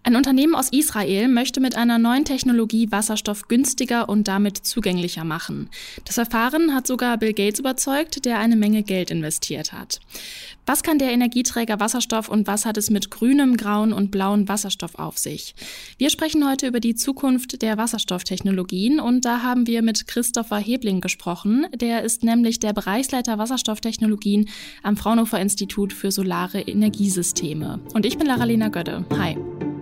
Ein Unternehmen aus Israel möchte mit einer neuen Technologie Wasserstoff günstiger und damit zugänglicher machen. Das Verfahren hat sogar Bill Gates überzeugt, der eine Menge Geld investiert hat. Was kann der Energieträger Wasserstoff und was hat es mit grünem, grauen und blauen Wasserstoff auf sich? Wir sprechen heute über die Zukunft der Wasserstofftechnologien und da haben wir mit Christopher Hebling gesprochen. Der ist nämlich der Bereichsleiter Wasserstofftechnologien am Fraunhofer Institut für Solare Energiesysteme. Und ich bin Lara-Lena Gödde. Hi.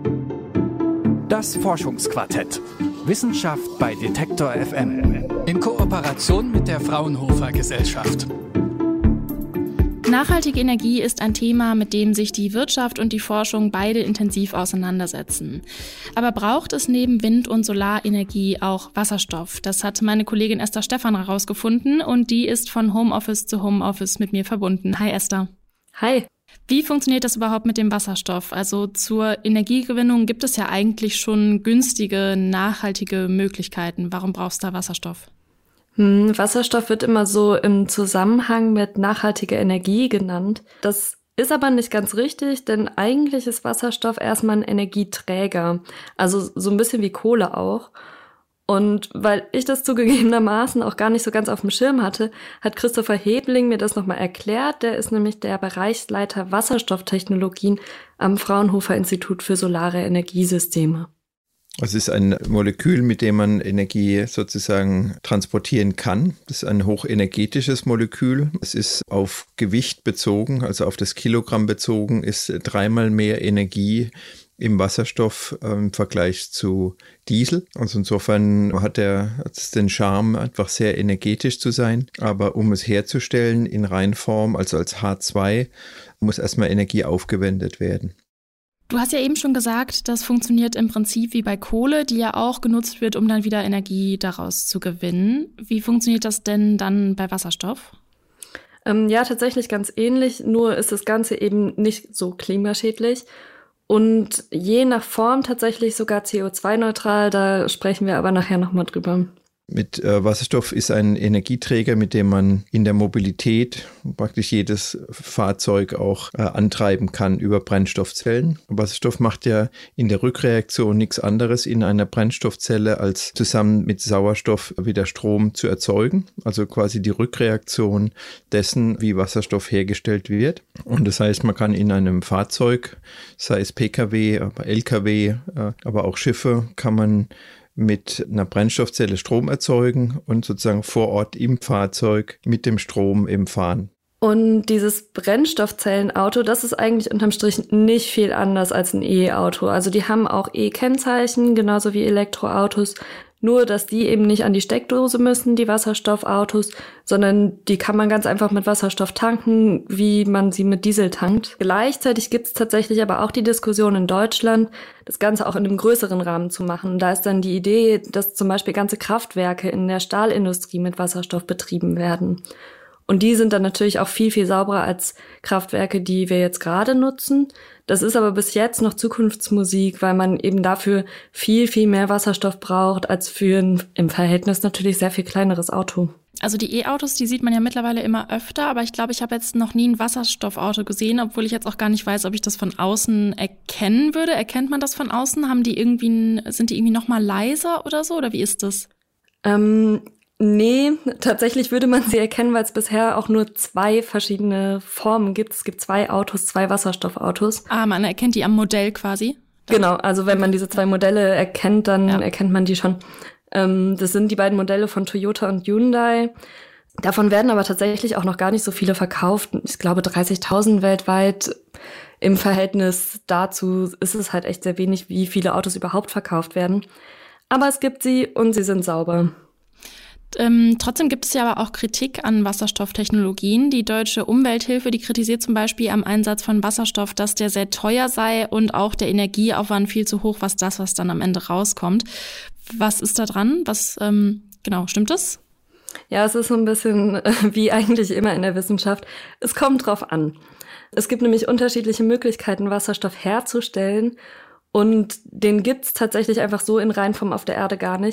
Das Forschungsquartett. Wissenschaft bei Detektor FM. In Kooperation mit der Fraunhofer Gesellschaft. Nachhaltige Energie ist ein Thema, mit dem sich die Wirtschaft und die Forschung beide intensiv auseinandersetzen. Aber braucht es neben Wind- und Solarenergie auch Wasserstoff? Das hat meine Kollegin Esther Stephan herausgefunden und die ist von Homeoffice zu Homeoffice mit mir verbunden. Hi Esther. Hi. Wie funktioniert das überhaupt mit dem Wasserstoff? Also zur Energiegewinnung gibt es ja eigentlich schon günstige, nachhaltige Möglichkeiten. Warum brauchst du da Wasserstoff? Wasserstoff wird immer so im Zusammenhang mit nachhaltiger Energie genannt. Das ist aber nicht ganz richtig, denn eigentlich ist Wasserstoff erstmal ein Energieträger. Also so ein bisschen wie Kohle auch. Und weil ich das zugegebenermaßen auch gar nicht so ganz auf dem Schirm hatte, hat Christopher Hebling mir das nochmal erklärt. Der ist nämlich der Bereichsleiter Wasserstofftechnologien am Fraunhofer Institut für Solare Energiesysteme. Es ist ein Molekül, mit dem man Energie sozusagen transportieren kann. Das ist ein hochenergetisches Molekül. Es ist auf Gewicht bezogen, also auf das Kilogramm bezogen, ist 3-mal mehr Energie im Wasserstoff im Vergleich zu Diesel. Also insofern hat es den Charme, einfach sehr energetisch zu sein. Aber um es herzustellen in Reinform, also als H2, muss erstmal Energie aufgewendet werden. Du hast ja eben schon gesagt, das funktioniert im Prinzip wie bei Kohle, die ja auch genutzt wird, um dann wieder Energie daraus zu gewinnen. Wie funktioniert das denn dann bei Wasserstoff? Ja, tatsächlich ganz ähnlich, nur ist das Ganze eben nicht so klimaschädlich und je nach Form tatsächlich sogar CO2-neutral, da sprechen wir aber nachher nochmal drüber. Mit Wasserstoff ist ein Energieträger, mit dem man in der Mobilität praktisch jedes Fahrzeug auch antreiben kann über Brennstoffzellen. Wasserstoff macht ja in der Rückreaktion nichts anderes in einer Brennstoffzelle, als zusammen mit Sauerstoff wieder Strom zu erzeugen. Also quasi die Rückreaktion dessen, wie Wasserstoff hergestellt wird. Und das heißt, man kann in einem Fahrzeug, sei es Pkw, aber Lkw, aber auch Schiffe, kann man mit einer Brennstoffzelle Strom erzeugen und sozusagen vor Ort im Fahrzeug mit dem Strom im Fahren. Und dieses Brennstoffzellenauto, das ist eigentlich unterm Strich nicht viel anders als ein E-Auto. Also die haben auch E-Kennzeichen, genauso wie Elektroautos. Nur, dass die eben nicht an die Steckdose müssen, die Wasserstoffautos, sondern die kann man ganz einfach mit Wasserstoff tanken, wie man sie mit Diesel tankt. Gleichzeitig gibt es tatsächlich aber auch die Diskussion in Deutschland, das Ganze auch in einem größeren Rahmen zu machen. Und da ist dann die Idee, dass zum Beispiel ganze Kraftwerke in der Stahlindustrie mit Wasserstoff betrieben werden. Und die sind dann natürlich auch viel, viel sauberer als Kraftwerke, die wir jetzt gerade nutzen. Das ist aber bis jetzt noch Zukunftsmusik, weil man eben dafür viel, viel mehr Wasserstoff braucht als für ein im Verhältnis natürlich sehr viel kleineres Auto. Also die E-Autos, die sieht man ja mittlerweile immer öfter, aber ich glaube, ich habe jetzt noch nie ein Wasserstoffauto gesehen, obwohl ich jetzt auch gar nicht weiß, ob ich das von außen erkennen würde. Erkennt man das von außen? Sind die irgendwie noch mal leiser oder so? Oder wie ist das? Nee, tatsächlich würde man sie erkennen, weil es bisher auch nur 2 verschiedene Formen gibt. Es gibt 2 Autos, 2 Wasserstoffautos. Man erkennt die am Modell quasi? Genau, also wenn man diese 2 Modelle erkennt, dann erkennt man die schon. Das sind die beiden Modelle von Toyota und Hyundai. Davon werden aber tatsächlich auch noch gar nicht so viele verkauft. Ich glaube 30.000 weltweit. Im Verhältnis dazu ist es halt echt sehr wenig, wie viele Autos überhaupt verkauft werden. Aber es gibt sie und sie sind sauber. Trotzdem gibt es ja aber auch Kritik an Wasserstofftechnologien. Die Deutsche Umwelthilfe, die kritisiert zum Beispiel am Einsatz von Wasserstoff, dass der sehr teuer sei und auch der Energieaufwand viel zu hoch, was dann am Ende rauskommt. Was ist da dran? Stimmt das? Ja, es ist so ein bisschen wie eigentlich immer in der Wissenschaft. Es kommt drauf an. Es gibt nämlich unterschiedliche Möglichkeiten, Wasserstoff herzustellen. Und den gibt's tatsächlich einfach so in Reinform auf der Erde gar nicht.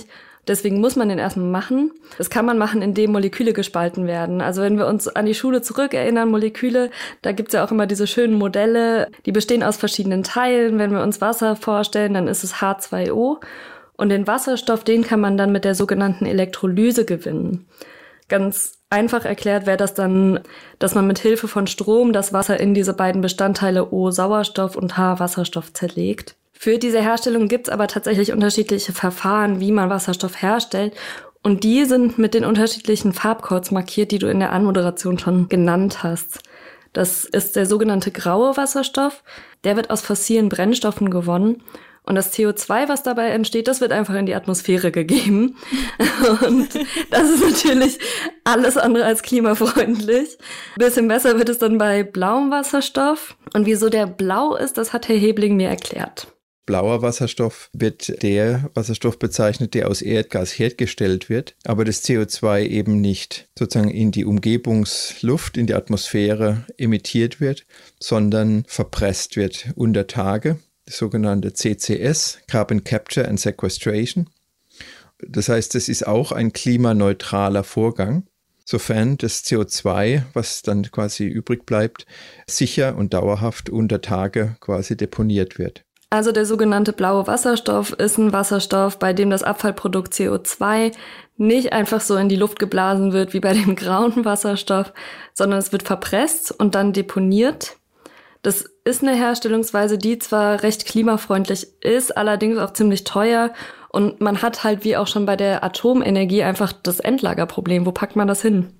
Deswegen muss man den erstmal machen. Das kann man machen, indem Moleküle gespalten werden. Also wenn wir uns an die Schule zurückerinnern, Moleküle, da gibt's ja auch immer diese schönen Modelle, die bestehen aus verschiedenen Teilen. Wenn wir uns Wasser vorstellen, dann ist es H2O. Und den Wasserstoff, den kann man dann mit der sogenannten Elektrolyse gewinnen. Ganz einfach erklärt wäre das dann, dass man mit Hilfe von Strom das Wasser in diese beiden Bestandteile O Sauerstoff und H Wasserstoff zerlegt. Für diese Herstellung gibt's aber tatsächlich unterschiedliche Verfahren, wie man Wasserstoff herstellt. Und die sind mit den unterschiedlichen Farbcodes markiert, die du in der Anmoderation schon genannt hast. Das ist der sogenannte graue Wasserstoff. Der wird aus fossilen Brennstoffen gewonnen. Und das CO2, was dabei entsteht, das wird einfach in die Atmosphäre gegeben. Und das ist natürlich alles andere als klimafreundlich. Ein bisschen besser wird es dann bei blauem Wasserstoff. Und wieso der blau ist, das hat Herr Hebling mir erklärt. Blauer Wasserstoff wird der Wasserstoff bezeichnet, der aus Erdgas hergestellt wird, aber das CO2 eben nicht sozusagen in die Umgebungsluft, in die Atmosphäre emittiert wird, sondern verpresst wird unter Tage, das sogenannte CCS, Carbon Capture and Sequestration. Das heißt, es ist auch ein klimaneutraler Vorgang, sofern das CO2, was dann quasi übrig bleibt, sicher und dauerhaft unter Tage quasi deponiert wird. Also der sogenannte blaue Wasserstoff ist ein Wasserstoff, bei dem das Abfallprodukt CO2 nicht einfach so in die Luft geblasen wird wie bei dem grauen Wasserstoff, sondern es wird verpresst und dann deponiert. Das ist eine Herstellungsweise, die zwar recht klimafreundlich ist, allerdings auch ziemlich teuer. Und man hat halt wie auch schon bei der Atomenergie einfach das Endlagerproblem. Wo packt man das hin?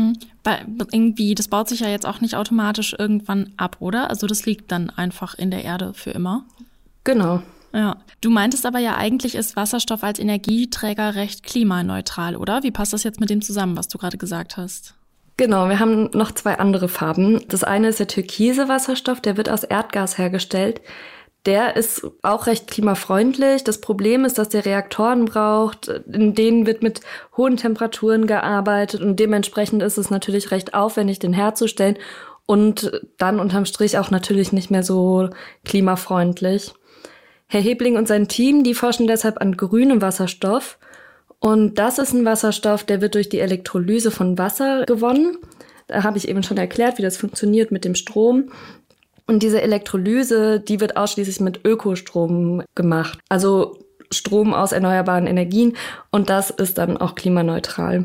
Irgendwie, das baut sich ja jetzt auch nicht automatisch irgendwann ab, oder? Also das liegt dann einfach in der Erde für immer. Genau. Ja. Du meintest aber ja, eigentlich ist Wasserstoff als Energieträger recht klimaneutral, oder? Wie passt das jetzt mit dem zusammen, was du gerade gesagt hast? Genau, wir haben noch 2 andere Farben. Das eine ist der türkise Wasserstoff, der wird aus Erdgas hergestellt. Der ist auch recht klimafreundlich. Das Problem ist, dass der Reaktoren braucht, in denen wird mit hohen Temperaturen gearbeitet und dementsprechend ist es natürlich recht aufwendig, den herzustellen und dann unterm Strich auch natürlich nicht mehr so klimafreundlich. Herr Hebling und sein Team, die forschen deshalb an grünem Wasserstoff. Und das ist ein Wasserstoff, der wird durch die Elektrolyse von Wasser gewonnen. Da habe ich eben schon erklärt, wie das funktioniert mit dem Strom. Und diese Elektrolyse, die wird ausschließlich mit Ökostrom gemacht. Also Strom aus erneuerbaren Energien. Und das ist dann auch klimaneutral.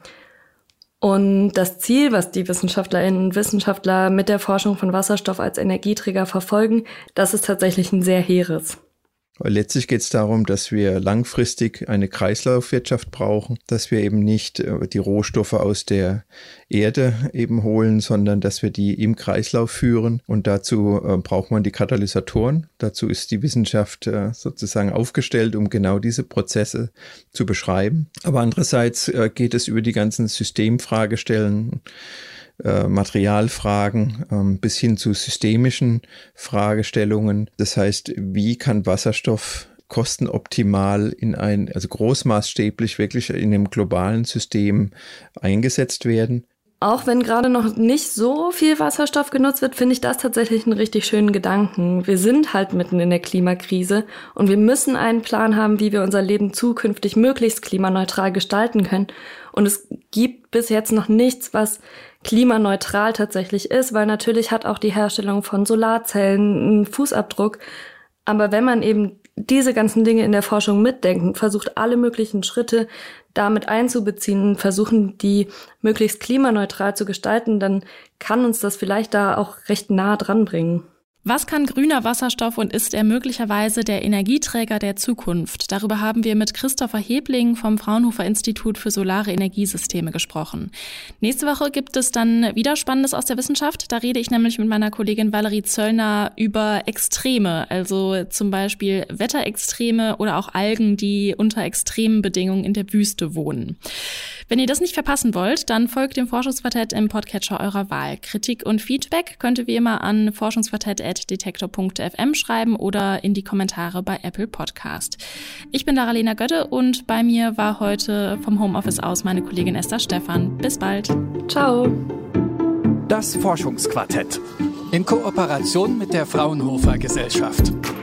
Und das Ziel, was die Wissenschaftlerinnen und Wissenschaftler mit der Forschung von Wasserstoff als Energieträger verfolgen, das ist tatsächlich ein sehr hehres. Letztlich geht es darum, dass wir langfristig eine Kreislaufwirtschaft brauchen, dass wir eben nicht die Rohstoffe aus der Erde eben holen, sondern dass wir die im Kreislauf führen. Und dazu braucht man die Katalysatoren. Dazu ist die Wissenschaft sozusagen aufgestellt, um genau diese Prozesse zu beschreiben. Aber andererseits geht es über die ganzen Systemfragestellungen, Materialfragen bis hin zu systemischen Fragestellungen. Das heißt, wie kann Wasserstoff kostenoptimal also großmaßstäblich wirklich in einem globalen System eingesetzt werden? Auch wenn gerade noch nicht so viel Wasserstoff genutzt wird, finde ich das tatsächlich einen richtig schönen Gedanken. Wir sind halt mitten in der Klimakrise und wir müssen einen Plan haben, wie wir unser Leben zukünftig möglichst klimaneutral gestalten können. Und es gibt bis jetzt noch nichts, was klimaneutral tatsächlich ist, weil natürlich hat auch die Herstellung von Solarzellen einen Fußabdruck. Aber wenn man eben diese ganzen Dinge in der Forschung mitdenkt, versucht alle möglichen Schritte damit einzubeziehen, versuchen die möglichst klimaneutral zu gestalten, dann kann uns das vielleicht da auch recht nah dran bringen. Was kann grüner Wasserstoff und ist er möglicherweise der Energieträger der Zukunft? Darüber haben wir mit Christopher Hebling vom Fraunhofer Institut für Solare Energiesysteme gesprochen. Nächste Woche gibt es dann wieder Spannendes aus der Wissenschaft. Da rede ich nämlich mit meiner Kollegin Valerie Zöllner über Extreme, also zum Beispiel Wetterextreme oder auch Algen, die unter extremen Bedingungen in der Wüste wohnen. Wenn ihr das nicht verpassen wollt, dann folgt dem Forschungsquartett im Podcatcher eurer Wahl. Kritik und Feedback könnt ihr wie immer an forschungsquartett@detektor.fm schreiben oder in die Kommentare bei Apple Podcast. Ich bin Daralena Götte und bei mir war heute vom Homeoffice aus meine Kollegin Esther Stephan. Bis bald. Ciao. Das Forschungsquartett in Kooperation mit der Fraunhofer Gesellschaft.